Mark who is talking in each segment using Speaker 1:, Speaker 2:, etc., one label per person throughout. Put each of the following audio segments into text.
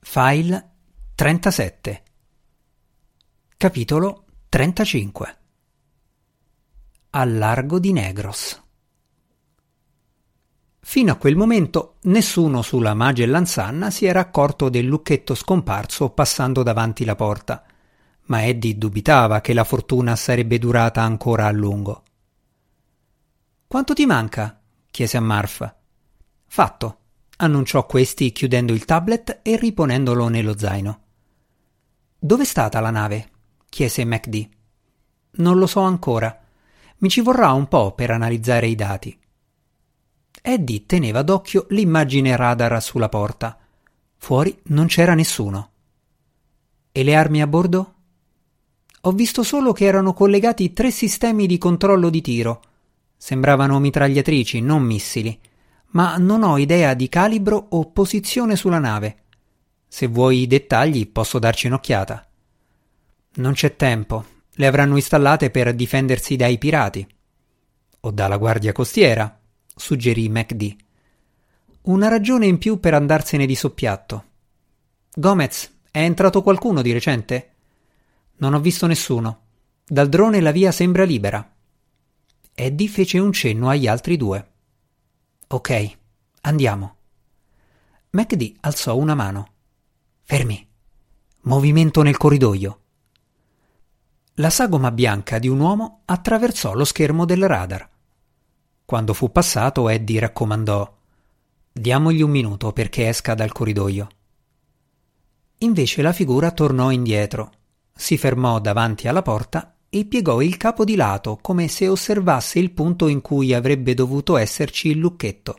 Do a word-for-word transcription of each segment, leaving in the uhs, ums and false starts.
Speaker 1: File trentasette. Capitolo trentacinque. Al largo di Negros. Fino a quel momento nessuno sulla Magellan Sun si era accorto del lucchetto scomparso passando davanti la porta, ma Eddie dubitava che la fortuna sarebbe durata ancora a lungo. «Quanto ti manca?» chiese a Marf. «Fatto», annunciò questi chiudendo il tablet e riponendolo nello zaino. «Dov'è stata la nave?» chiese MacD. «Non lo so ancora. Mi ci vorrà un po' per analizzare i dati». Eddie teneva d'occhio l'immagine radar sulla porta. Fuori non c'era nessuno. «E le armi a bordo?» «Ho visto solo che erano collegati tre sistemi di controllo di tiro. Sembravano mitragliatrici, non missili. Ma non ho idea di calibro o posizione sulla nave. Se vuoi i dettagli posso darci un'occhiata». «Non c'è tempo. Le avranno installate per difendersi dai pirati». «O dalla guardia costiera», suggerì MacD. «Una ragione in più per andarsene di soppiatto». «Gomez, è entrato qualcuno di recente?» «Non ho visto nessuno. Dal drone la via sembra libera». Eddie fece un cenno agli altri due. «Ok, andiamo». MacD alzò una mano. «Fermi. Movimento nel corridoio». La sagoma bianca di un uomo attraversò lo schermo del radar. Quando fu passato, Eddie raccomandò: «Diamogli un minuto perché esca dal corridoio». Invece la figura tornò indietro, si fermò davanti alla porta e piegò il capo di lato come se osservasse il punto in cui avrebbe dovuto esserci il lucchetto.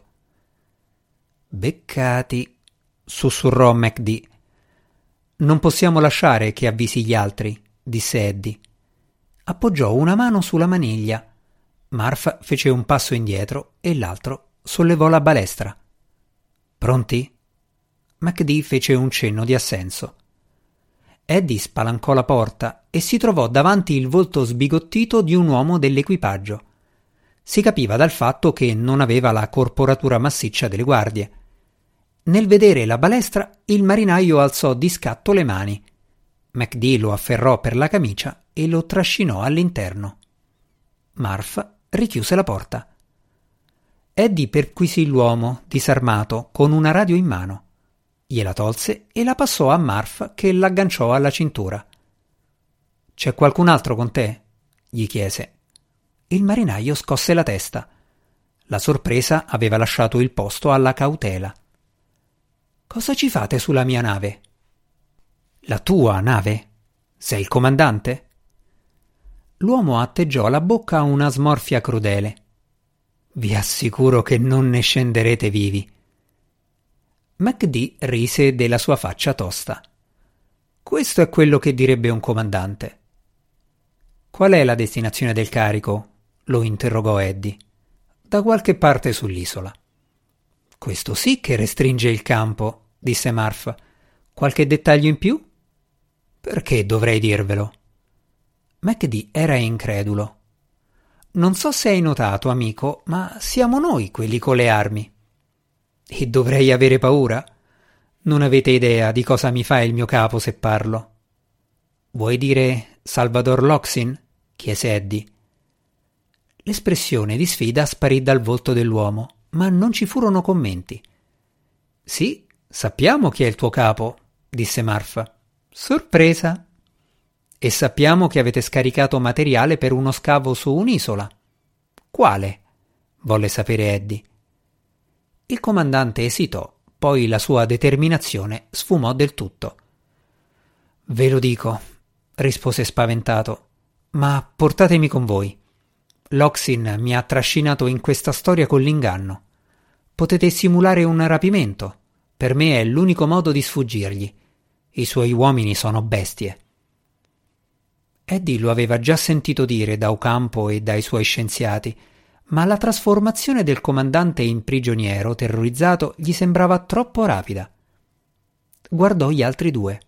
Speaker 1: «Beccati», sussurrò MacD. «Non possiamo lasciare che avvisi gli altri», disse Eddie. Appoggiò una mano sulla maniglia. Marf fece un passo indietro e l'altro sollevò la balestra. «Pronti?» MacD fece un cenno di assenso. Eddie spalancò la porta e si trovò davanti il volto sbigottito di un uomo dell'equipaggio. Si capiva dal fatto che non aveva la corporatura massiccia delle guardie. Nel vedere la balestra, il marinaio alzò di scatto le mani. MacD lo afferrò per la camicia e lo trascinò all'interno. Marf richiuse la porta. Eddie perquisì l'uomo, disarmato, con una radio in mano. Gliela tolse e la passò a Marf, che l'agganciò alla cintura. «C'è qualcun altro con te?» gli chiese. Il marinaio scosse la testa. La sorpresa aveva lasciato il posto alla cautela. «Cosa ci fate sulla mia nave?» «La tua nave? Sei il comandante?» L'uomo atteggiò la bocca a una smorfia crudele. «Vi assicuro che non ne scenderete vivi». MacD rise della sua faccia tosta. «Questo è quello che direbbe un comandante». «Qual è la destinazione del carico?» lo interrogò Eddie. «Da qualche parte sull'isola». «Questo sì che restringe il campo», disse Marf. «Qualche dettaglio in più?» «Perché dovrei dirvelo?» MacD era incredulo. «Non so se hai notato, amico, ma siamo noi quelli con le armi». «E dovrei avere paura? Non avete idea di cosa mi fa il mio capo se parlo». «Vuoi dire Salvador Loxin?» chiese Eddie. L'espressione di sfida sparì dal volto dell'uomo, ma non ci furono commenti. «Sì, sappiamo chi è il tuo capo», disse Marf. «Sorpresa!» «E sappiamo che avete scaricato materiale per uno scavo su un'isola». «Quale?» volle sapere Eddie. Il comandante esitò, poi la sua determinazione sfumò del tutto. «Ve lo dico», rispose spaventato, «ma portatemi con voi. Loxin mi ha trascinato in questa storia con l'inganno. Potete simulare un rapimento. Per me è l'unico modo di sfuggirgli. I suoi uomini sono bestie». Eddie lo aveva già sentito dire da Ocampo e dai suoi scienziati, ma la trasformazione del comandante in prigioniero terrorizzato gli sembrava troppo rapida. Guardò gli altri due.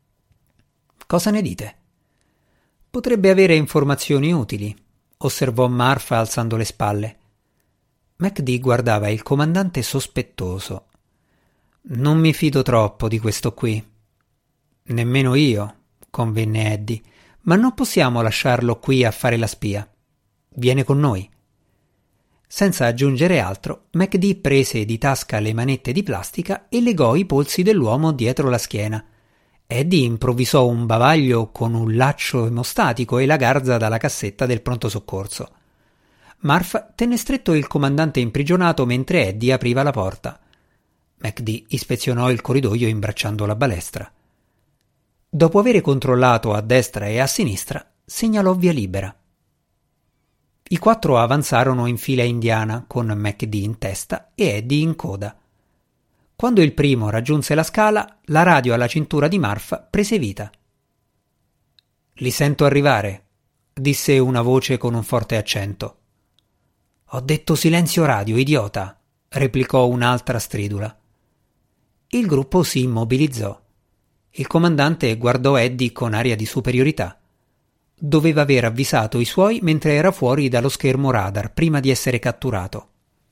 Speaker 1: «Cosa ne dite?» «Potrebbe avere informazioni utili», osservò Marf alzando le spalle. MacD guardava il comandante sospettoso. Non mi fido troppo di questo qui. Nemmeno io, convenne Eddie, ma non possiamo lasciarlo qui a fare la spia. Viene con noi. Senza aggiungere altro, MacD prese di tasca le manette di plastica e legò i polsi dell'uomo dietro la schiena. Eddie improvvisò un bavaglio con un laccio emostatico e la garza dalla cassetta del pronto soccorso. Marv tenne stretto il comandante imprigionato mentre Eddie apriva la porta. MacD ispezionò il corridoio imbracciando la balestra. Dopo aver controllato a destra e a sinistra, segnalò via libera. I quattro avanzarono in fila indiana, con MacD in testa e Eddie in coda. Quando il primo raggiunse la scala, la radio alla cintura di Marv prese vita. «Li sento arrivare», disse una voce con un forte accento. «Ho detto silenzio radio, idiota», replicò un'altra stridula. Il gruppo si immobilizzò. Il comandante guardò Eddie con aria di superiorità. Doveva aver avvisato i suoi mentre era fuori dallo schermo radar prima di essere catturato.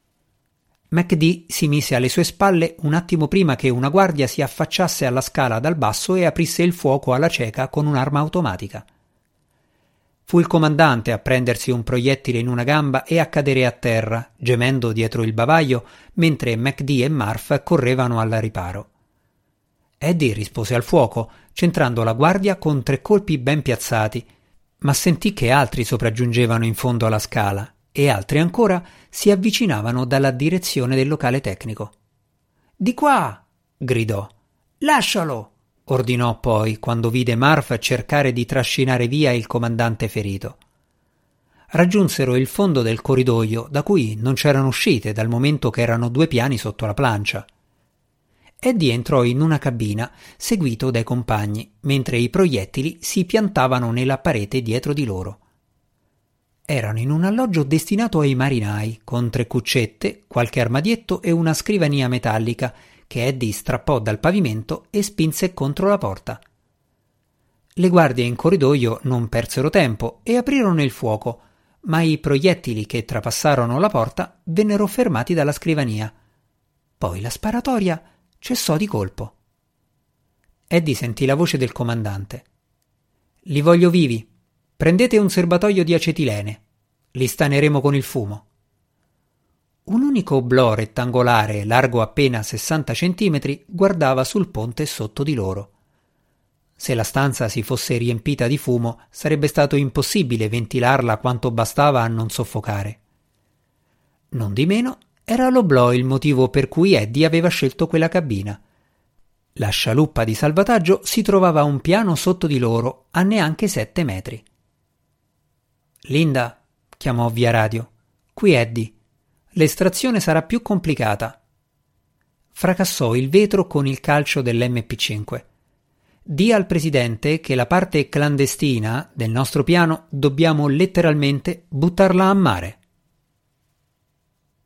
Speaker 1: MacD si mise alle sue spalle un attimo prima che una guardia si affacciasse alla scala dal basso e aprisse il fuoco alla cieca con un'arma automatica. Fu il comandante a prendersi un proiettile in una gamba e a cadere a terra, gemendo dietro il bavaglio, mentre MacD e Marv correvano al riparo. Eddie rispose al fuoco, centrando la guardia con tre colpi ben piazzati, ma sentì che altri sopraggiungevano in fondo alla scala e altri ancora si avvicinavano dalla direzione del locale tecnico. «Di qua!» gridò. «Lascialo!» ordinò poi quando vide Marv cercare di trascinare via il comandante ferito. Raggiunsero il fondo del corridoio da cui non c'erano uscite dal momento che erano due piani sotto la plancia. Eddie entrò in una cabina seguito dai compagni, mentre i proiettili si piantavano nella parete dietro di loro. Erano in un alloggio destinato ai marinai, con tre cuccette, qualche armadietto e una scrivania metallica che Eddie strappò dal pavimento e spinse contro la porta. Le guardie in corridoio non persero tempo e aprirono il fuoco, ma i proiettili che trapassarono la porta vennero fermati dalla scrivania. Poi la sparatoria cessò di colpo. Eddie sentì la voce del comandante. «Li voglio vivi. Prendete un serbatoio di acetilene. Li staneremo con il fumo». Un unico oblò rettangolare, largo appena sessanta centimetri, guardava sul ponte sotto di loro. Se la stanza si fosse riempita di fumo, sarebbe stato impossibile ventilarla quanto bastava a non soffocare. Non di meno, era l'oblò il motivo per cui Eddie aveva scelto quella cabina. La scialuppa di salvataggio si trovava a un piano sotto di loro, a neanche sette metri. «Linda», chiamò via radio, «qui Eddie. L'estrazione sarà più complicata». Fracassò il vetro con il calcio dell'emme pi cinque. «Dì al presidente che la parte clandestina del nostro piano dobbiamo letteralmente buttarla a mare».